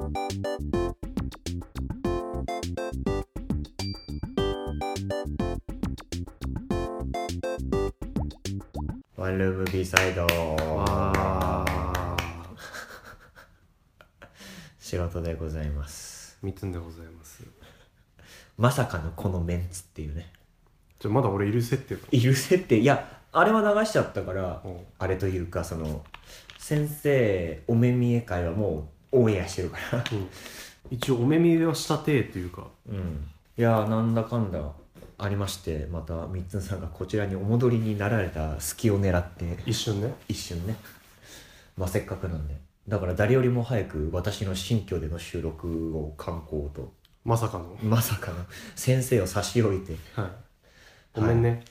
ワンルーム B サイド仕事でございます。 みつんでございます。 まさかのこのメンツっていうね。 じゃあまだ俺いる設定か。 いる設定、いやあれは流しちゃったから、あれというかその先生お目見え会はもうオンエアしてるから、 一応お目見えはしたてというか、 いやなんだかんだありまして、またみっつんさんがこちらにお戻りになられた隙を狙って一瞬ね、 まあせっかくなんで、だから誰よりも早く私の新居での収録を敢行と、 まさかの先生を差し置いて、 ごめんね、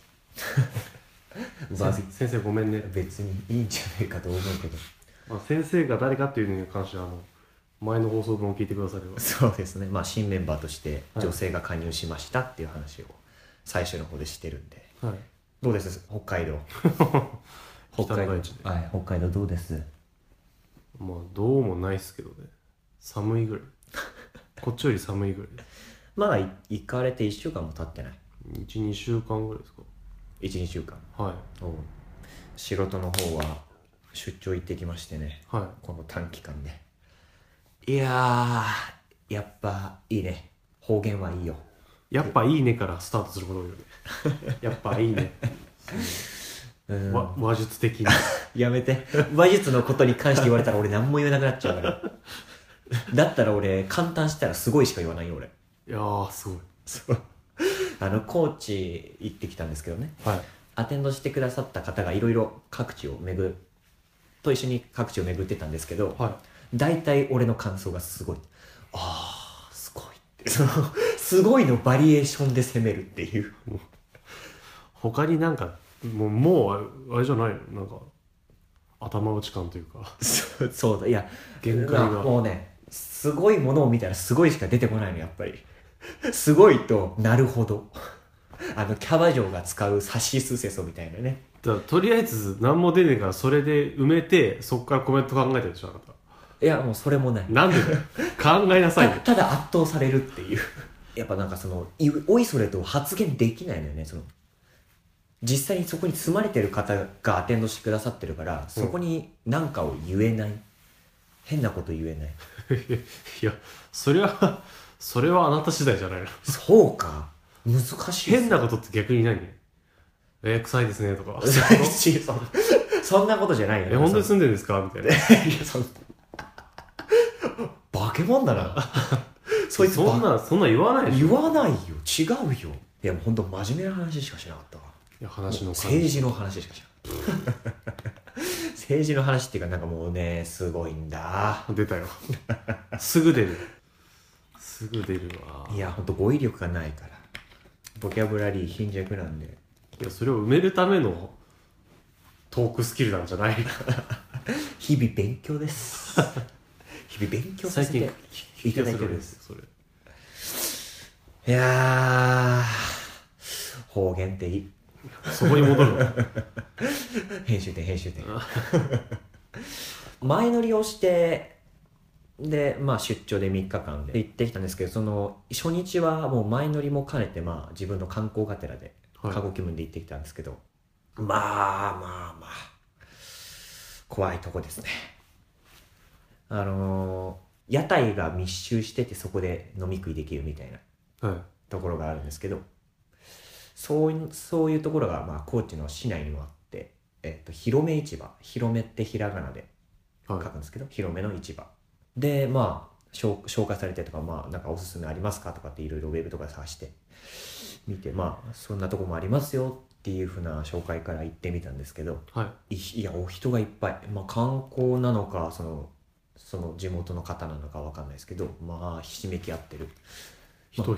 先生ごめんね。 別にいいんじゃないかと思うけど、 先生が誰かっていうのに関しては前の放送分を聞いてくだされば。 そうですね、まあ新メンバーとして女性が加入しましたっていう話を最初の方でしてるんで、どうです北海道北海道どうです？ まあどうもないっすけどね、寒いぐらいこっちより寒いぐらい。 まだ行かれて1週間も経ってない。 1,2 週間ぐらいですか。 1,2 週間。仕事の方は出張行ってきましてね、この短期間で。いやーやっぱいいね、方言はいいよ。 やっぱいいねからスタートすること多いよねやっぱいいね話術的にやめて、話術のことに関して言われたら俺何も言えなくなっちゃうからだったら俺簡単したらすごいしか言わないよ俺。 いやーすごい。 そう高知行ってきたんですけどね、アテンドしてくださった方がいろいろ一緒に各地を巡ってたんですけど、大体俺の感想がすごい、すごいってすごいのバリエーションで攻めるっていう。 他になんかもうあれじゃないの、なんか頭打ち感というかそうだ、いや限界がもうね、すごいものを見たらすごいしか出てこないのやっぱりすごいとなるほどキャバ嬢が使うサシスセソみたいなね。 だからとりあえず何も出ねえからそれで埋めて、そこからコメント考えてるでしょあなた。 いやもうそれもない。 なんでだよ考えなさいよただ圧倒されるっていうやっぱなんかおいそれと発言できないのよね。実際にそこに住まれてる方がアテンドしてくださってるから、そこに何かを言えない、変なこと言えないいやそれはあなた次第じゃないの。 そうか、難しい。 変なことって逆に何？臭いですねとかそんなことじゃないよね。 本当に住んでるんですかみたいな。いや化け物だなそいつそんな言わないでしょ。 言わないよ、違うよ。いやもう本当真面目な話しかしなかったわ。 いや話の政治の話しかしなかった政治の話っていうかなんかもうね、すごいんだ。 出たよすぐ出るわ。 いやほんと語彙力がないから、ボキャブラリー貧弱なんで。 いやそれを埋めるためのトークスキルなんじゃない日々勉強です日々勉強させていただいてるんです。 それいやー方言っていい。 そこに戻るわ編集点前乗りをしてで、まあ、出張で3日間で行ってきたんですけど、その初日はもう前乗りも兼ねて、まあ、自分の観光がてらで過去気分で行ってきたんですけど、まあ怖いとこですね。屋台が密集しててそこで飲み食いできるみたいなところがあるんですけど、そういうところが、まあ、高知の市内にもあって、広め市場、広めってひらがなで書くんですけど、広めの市場で、まあ紹介されてとか、まあなんかおすすめありますかとかっていろいろウェブとかで探して見て、まあそんなとこもありますよっていうふうな紹介から行ってみたんですけど、いやお人がいっぱい、まあ観光なのかその地元の方なのかわかんないですけど、まあひしめき合ってる人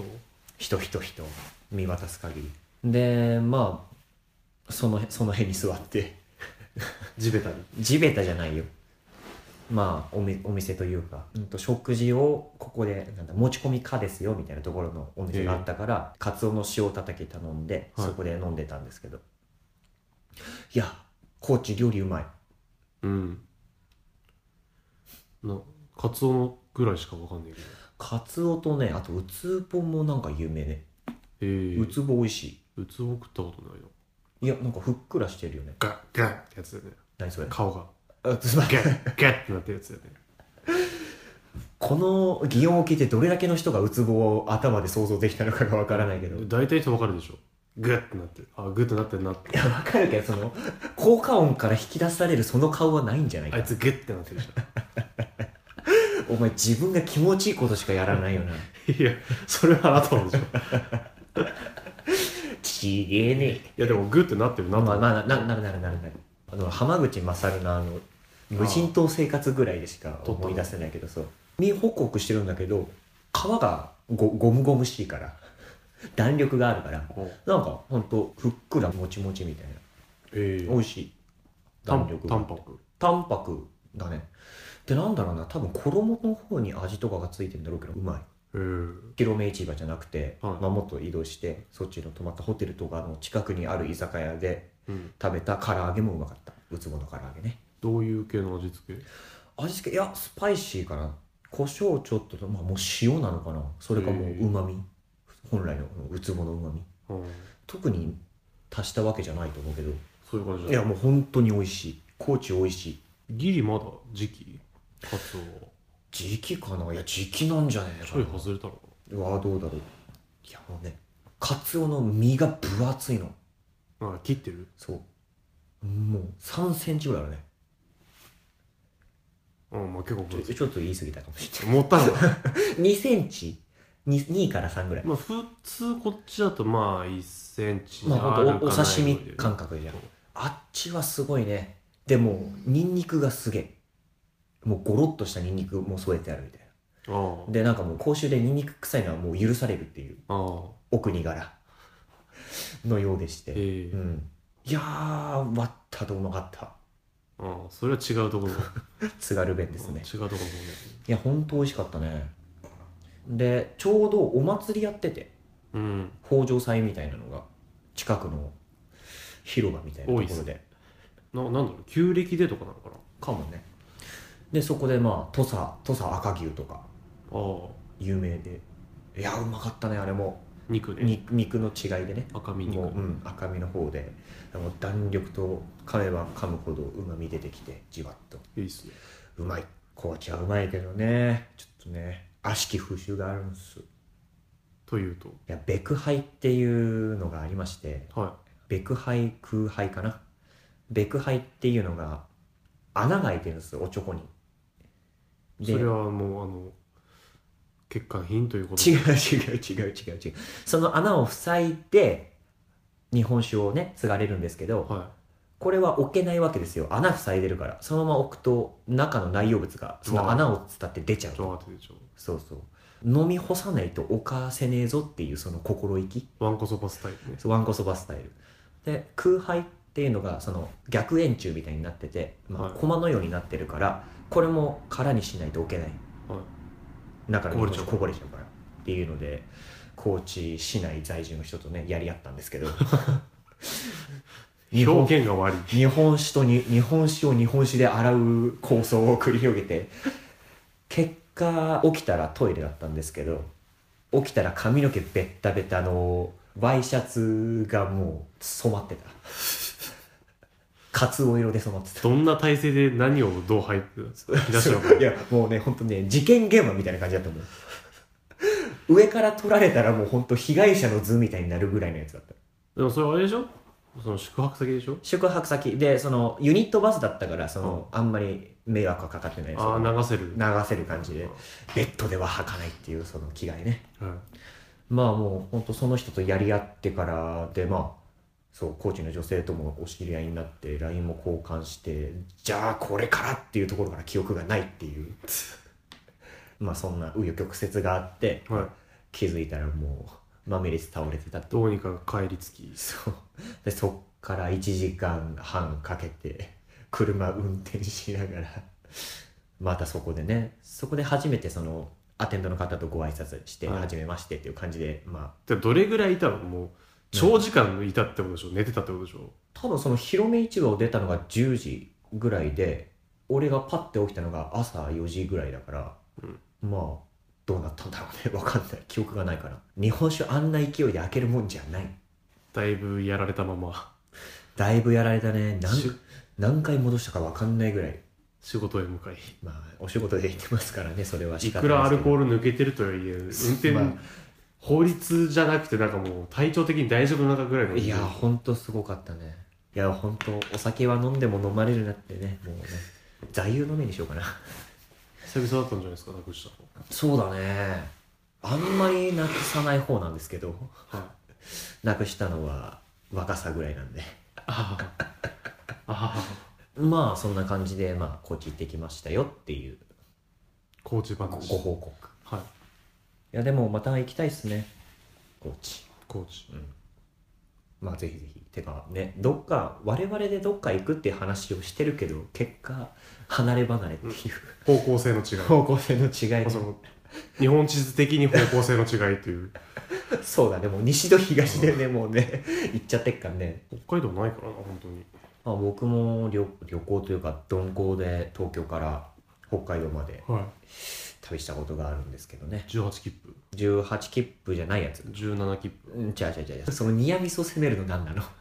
見渡す限りで、まあその辺に座って地べたじゃないよ、まあお店というか、食事をここで持ち込み可ですよみたいなところのお店があったから、カツオの塩たたき頼んで、そこで飲んでたんですけど、いや高知料理うまい。 カツオのぐらいしかわかんないけど。 カツオとね、あとウツボもなんか有名ね。ウツボ美味しい。 ウツボ食ったことないな。 いや、なんかふっくらしてるよね。 ガッガッってやつだよね。 何それ。 顔がガッガッってなってるやつだよね。 この擬音を聞いてどれだけの人がウツボを頭で想像できたのかがわからないけど。 大体人わかるでしょ。グッってなってる。あ、グッってなってるなって。 いや、わかるけど、その効果音から引き出されるその顔はないんじゃないか。 あいつグッってなってるじお前自分が気持ちいいことしかやらないよな。 ゃん。いや、それはあなたのでしょ。 ちげえね。 いやでもグッってなってるな。 まあなる。浜口勝の無人島生活ぐらいでしか思い出せないけど、そう身ホクホクしてるんだけど皮がゴムゴムしいから弾力があるからなんかほんとふっくらもちもちみたいな、美味しい。弾力が淡白だね。でなんだろうな、多分衣の方に味とかがついてるんだろうけどうまい。広め市場じゃなくて、もっと移動してそっちの泊まったホテルとかの近くにある居酒屋で食べた唐揚げもうまかった。ウツボの唐揚げね。 どういう系の味付け？ いやスパイシーかな。胡椒ちょっとまあもう塩なのかな。それかもう旨味、本来のウツボの旨味、特に足したわけじゃないと思うけど、 そういう感じだ。 いやもう本当に美味しい。高知美味しい。 ギリまだ時期？カツオは時期かな。いや時期なんじゃねえかな。 ちょい外れたのかな。うわどうだろう。いやもうね、カツオの身が分厚いの。 あ、切ってる？ そうもう3センチぐらいあるね。 まあ結構ちょっと言い過ぎたかもしれない。 持ったの 2センチ 2から3ぐらい。 まあ普通こっちだとまあ1センチまあほんとお刺身感覚覚じゃん。あっちはすごいね。でもニンニクがすげえ、もうゴロッとしたニンニクも添えてあるみたいな。でなんかもう公衆でニンニク臭いのはもう許されるっていうお国柄のようでして、いやー割ったとうまかった。 それは違うところ津軽弁ですね。 違うところね。 いやほんと美味しかったね。でちょうどお祭りやってて、豊穣祭みたいなのが近くの広場みたいなところで、 なんだろう、旧暦でとかなのかな。 かもね。でそこでまあ土佐赤牛とか有名で、いやうまかったねあれも。 肉ね。 肉の違いでね、 赤身肉、 赤身の方でもう弾力と噛めば噛むほどうまみ出てきてじわっといいっすね。 うまい。高知はうまいけどね、ちょっとね悪しき風習があるんです。 というと、 いやベクハイっていうのがありまして、ベクハイ空ハイかな。ベクハイっていうのが穴が開いてるんですよ、おちょこに。 それはもう欠陥品ということ？ 違う。その穴を塞いで日本酒をね継がれるんですけど、これは置けないわけですよ。穴塞いでるから。そのまま置くと中の内容物がその穴を伝って出ちゃう。そう飲み干さないとおかせねえぞっていうその心意気。 わんこそばスタイルね。 わんこそばスタイルで、空杯っていうのがその逆円柱みたいになってて、駒のようになってるから、これも空にしないと置けない、中の日本酒こぼれちゃうからっていうので、高知市内在住の人とねやり合ったんですけど表現が悪い。 日本酒を日本酒で洗う構想を繰り広げて、結果起きたらトイレだったんですけど、起きたら髪の毛ベッタベタのワイシャツがもう染まってたカツオ色で染まってた。 どんな体勢で何をどう吐き出したのかいやもうねほんとね事件現場みたいな感じだったもん上から撮られたらもうほんと被害者の図みたいになるぐらいのやつだった。 でもそれあれでしょ、その宿泊先でしょ。 宿泊先でそのユニットバスだったから、そのあんまり迷惑はかかってない。 流せる感じで、ベッドでは履かないっていうその気概ね、まあもうほんとその人とやり合ってからで、そう高知の女性ともお知り合いになって LINE も交換して、じゃあこれからっていうところから記憶がないっていうそんな紆余曲折があって、気づいたらもうマメリス倒れてたって。 どうにか帰り着き、 でそっから1時間半かけて車運転しながらまたそこで初めてそのアテンドの方とご挨拶して、初めましてっていう感じで、 どれぐらいいたの？もう長時間いたってことでしょ、寝てたってことでしょ。 多分その広め市場を出たのが10時ぐらいで、俺がパッて起きたのが朝4時ぐらいだから、 まあどうなったんだろうね、分かんない、記憶がないから。日本酒あんな勢いで開けるもんじゃない。 だいぶやられたままだいぶやられたね。何回戻したか分かんないぐらい。 仕事へ向かい、 まあお仕事で行ってますからね、それは仕いくら方ないですけど。 アルコール抜けてるとはいえ運転、 まあ法律じゃなくてなんかもう体調的に大丈夫なのかぐらいの。 いやほんとすごかったね。いやほんとお酒は飲んでも飲まれるなってね、もうね座右の銘にしようかな。 久々だったんじゃないですか、なくしたの。 そうだね、あんまりなくさない方なんですけど、 はい、 なくしたのは若さぐらいなんで。 ああまあそんな感じでまあ高知行ってきましたよっていう高知話。 ご報告。 はい。 いやでもまた行きたいっすね、高知。 高知。 まあぜひぜひ。てかね、どっか我々でどっか行くっていう話をしてるけど、結果離れ離れっていう、 方向性の違い。 方向性の違い、ね、 その日本地図的に方向性の違いというそうだね、もう西と東でね、もうね行っちゃってっからね。 北海道ないからな本当に。 まあ、僕も旅行というか鈍行で東京から北海道まで旅したことがあるんですけどね。 18切符 18切符じゃないやつ。 17切符違うそのニアミスを攻めるの何なの。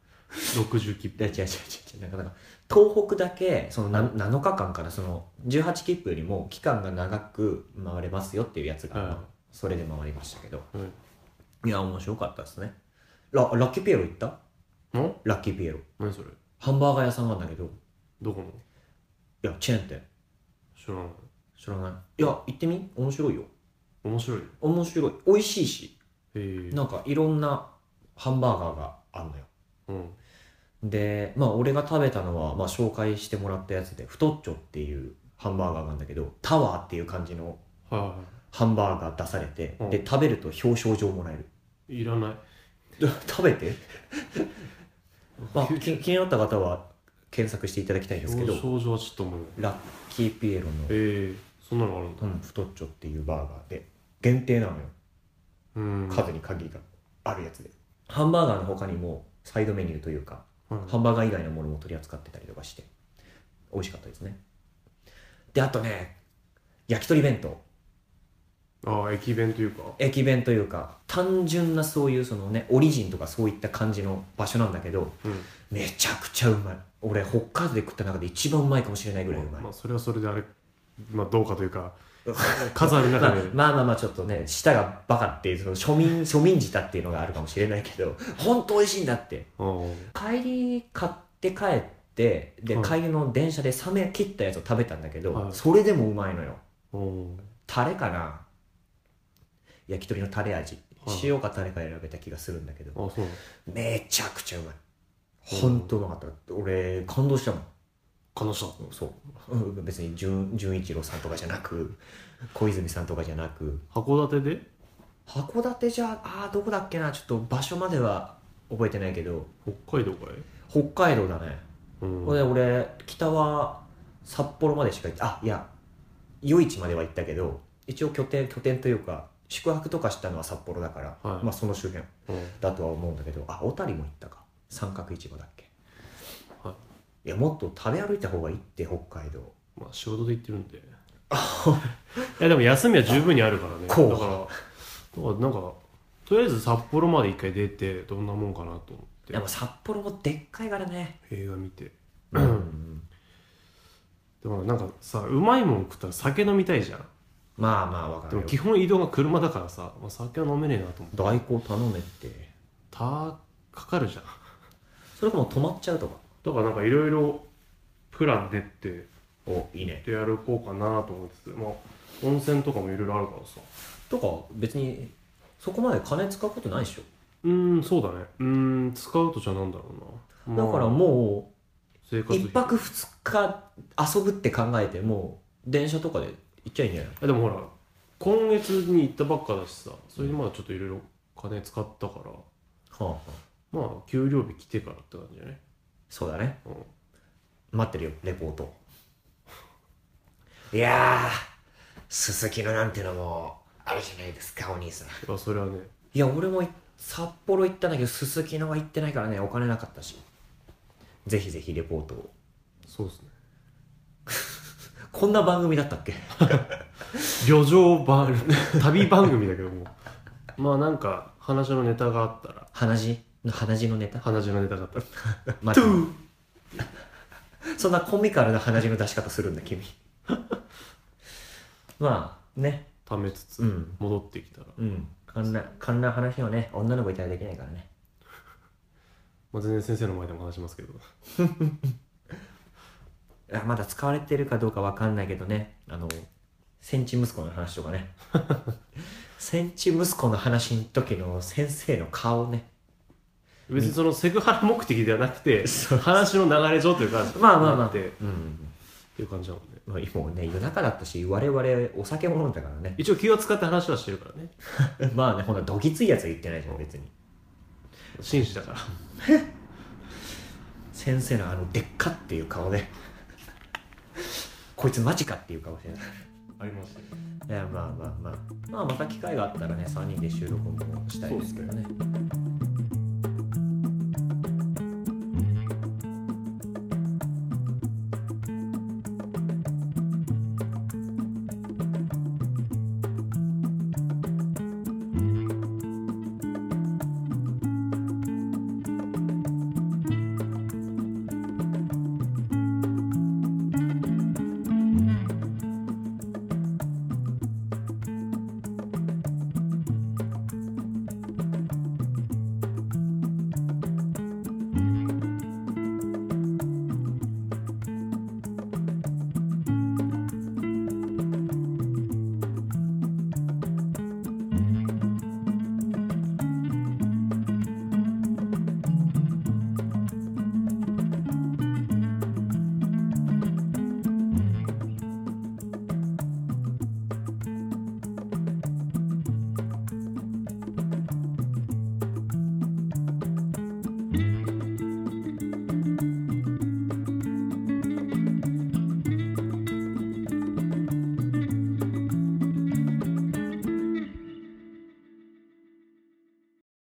60切符違うなんか東北だけその7日間からその18切符よりも期間が長く回れますよっていうやつが、それで回りましたけど、いや面白かったですね。ラッキーピエロ行った？ラッキーピエロ。 何それ？ ハンバーガー屋さんなんだけど。 どこの？ いやチェーン店。 知らない。 知らない。いや行ってみ、面白いよ。 面白い。 面白い、美味しいし、 へなんかいろんなハンバーガーがあんのよ。でまあ俺が食べたのは、まあ、紹介してもらったやつで太っちょっていうハンバーガーなんだけど、タワーっていう感じのハンバーガー出されて、で食べると表彰状もらえる。 いらない。 食べてまあ気になった方は検索していただきたいんですけど、 表彰状はちょっともうラッキーピエロのそんなのあるんだ。 太っちょっていうバーガーで限定なのよ。数に限りがあるやつで、ハンバーガーの他にもサイドメニューというか、ハンバーガー以外のものも取り扱ってたりとかして美味しかったですね。であとね、焼き鳥弁当。 駅弁というか。 駅弁というか単純なそういうそのねオリジンとかそういった感じの場所なんだけど、めちゃくちゃうまい。俺北海道で食った中で一番うまいかもしれないぐらいうまい。 まあそれはそれであれ、まあどうかというか数ある中でまあちょっとね舌がバカっていうその庶民舌っていうのがあるかもしれないけど、本当美味しいんだって。帰り買って帰ってで、帰りの電車で冷め切ったやつを食べたんだけど、それでもうまいのよ。タレかな、焼き鳥のタレ味、塩かタレか選べた気がするんだけど、めちゃくちゃうまい。本当うまかった。俺感動したもん。 感動した。 そう、別に純一郎さんとかじゃなく小泉さんとかじゃなく、 函館で函館じゃどこだっけな、ちょっと場所までは覚えてないけど。 北海道かい？ 北海道だね。俺北は札幌までしか行っていや余市までは行ったけど、一応拠点というか宿泊とかしたのは札幌だから、まあその周辺だとは思うんだけど、小谷も行ったか。三角市場だっけ。いやもっと食べ歩いた方がいいって北海道。 まあ仕事で行ってるんでいやでも休みは十分にあるからね。だからなんかとりあえず札幌まで一回出てどんなもんかなと思って。 でも札幌もでっかいからね、 映画見て。でもなんかさ、うまいもん食ったら酒飲みたいじゃん。 まあ分かるよ。 でも基本移動が車だからさ、酒は飲めねえなと思って。 代行頼めってかかるじゃん。 それかもう止まっちゃうとか。 だからなんかいろいろプラン練っていいねでやるこうかなと思ってて、まあ温泉とかもいろいろあるからさ。 とか別にそこまで金使うことないでしょ。 そうだね。使うとじゃなんだろうな。 だからもう 1 泊2日遊ぶって考えてもう電車とかで行っちゃいいんじゃない？ でもほら今月に行ったばっかだしさ、それでまだちょっといろいろ金使ったから、まあ給料日来てからって感じじゃない？ そうだね、待ってるよレポート。いやすすきのなんてのもあるじゃないですかお兄さん。 それはね。 いや俺も札幌行ったんだけどすすきのは行ってないからね、お金なかったし。ぜひぜひレポートを。 そうですねこんな番組だったっけ旅情版旅番組だけども、まあなんか話のネタがあったら、 鼻血のネタがあったらまたそんなコミカルな鼻血の出し方するんだ君まあね、 ためつつ戻ってきたら、 こんな話をね女の子いたらできないからね。 まあ、全然先生の前でも話しますけどまだ使われてるかどうかわかんないけどね、センチ息子の話とかねセンチ息子の話の時の先生の顔ね、 別にそのセクハラ目的ではなくて話の流れ上というかまあっていう感じなので、 まあ、今ね夜中だったし我々お酒も飲んだからね、 一応気を使って話はしてるからねまあね、ほんとどぎついやつは言ってないじゃん別に、 紳士だから先生のでっかっていう顔でこいつマジかっていう顔してるありましたね。 いやまあまた機会があったらね3人で収録もしたいですけどね。